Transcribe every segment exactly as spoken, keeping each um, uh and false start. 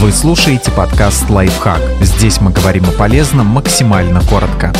Вы слушаете подкаст «Лайфхак». Здесь мы говорим о полезном максимально коротко.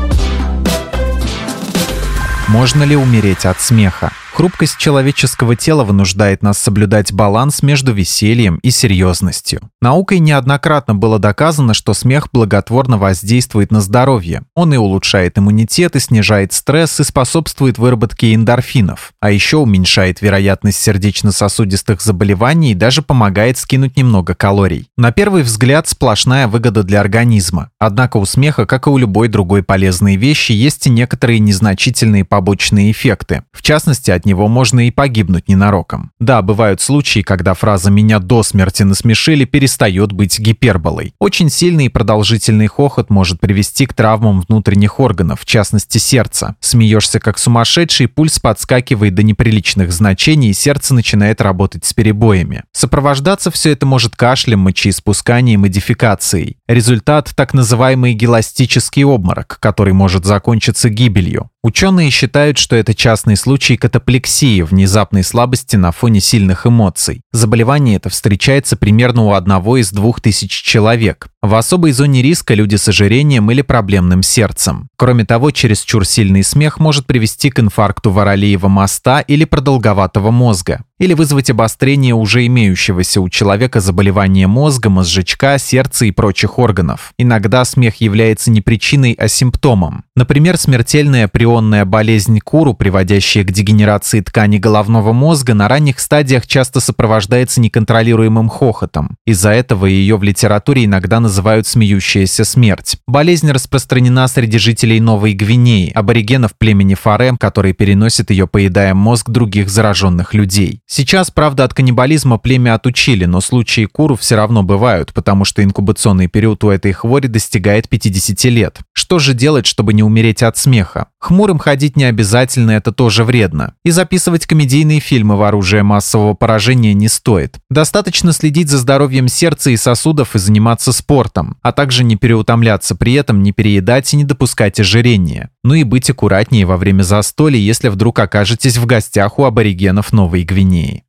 Можно ли умереть от смеха? Хрупкость человеческого тела вынуждает нас соблюдать баланс между весельем и серьезностью. Наукой неоднократно было доказано, что смех благотворно воздействует на здоровье. Он и улучшает иммунитет, и снижает стресс, и способствует выработке эндорфинов. А еще уменьшает вероятность сердечно-сосудистых заболеваний и даже помогает скинуть немного калорий. На первый взгляд, сплошная выгода для организма. Однако у смеха, как и у любой другой полезной вещи, есть и некоторые незначительные побочные эффекты. В частности, от него можно и погибнуть ненароком. Да, бывают случаи, когда фраза «меня до смерти насмешили» перестает быть гиперболой. Очень сильный и продолжительный хохот может привести к травмам внутренних органов, в частности сердца. Смеешься как сумасшедший, пульс подскакивает до неприличных значений, и сердце начинает работать с перебоями. Сопровождаться все это может кашлем, мочеиспусканием и дефекацией. Результат – так называемый геластический обморок, который может закончиться гибелью. Ученые считают, что это частный случай катаплексии, внезапной слабости на фоне сильных эмоций. Заболевание это встречается примерно у одного из двух тысяч человек. В особой зоне риска люди с ожирением или проблемным сердцем. Кроме того, чересчур сильный смех может привести к инфаркту Воронова моста или продолговатого мозга, или вызвать обострение уже имеющегося у человека заболевания мозга, мозжечка, сердца и прочих органов. Иногда смех является не причиной, а симптомом. Например, смертельная прионная болезнь Куру, приводящая к дегенерации ткани головного мозга, на ранних стадиях часто сопровождается неконтролируемым хохотом. Из-за этого ее в литературе иногда называют «смеющаяся смерть». Болезнь распространена среди жителей Новой Гвинеи, аборигенов племени Фаре, которые переносят ее, поедая мозг других зараженных людей. Сейчас, правда, от каннибализма племя отучили, но случаи Куру все равно бывают, потому что инкубационный период у этой хвори достигает пятидесяти лет. Что же делать, чтобы не умереть от смеха? Хмурым ходить не обязательно, это тоже вредно. И записывать комедийные фильмы в оружие массового поражения не стоит. Достаточно следить за здоровьем сердца и сосудов и заниматься спортом, а также не переутомляться при этом, не переедать и не допускать ожирения. Ну и быть аккуратнее во время застолья, если вдруг окажетесь в гостях у аборигенов Новой Гвинеи.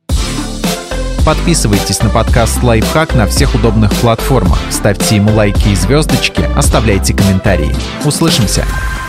Подписывайтесь на подкаст «Лайфхак» на всех удобных платформах, ставьте ему лайки и звездочки, оставляйте комментарии. Услышимся!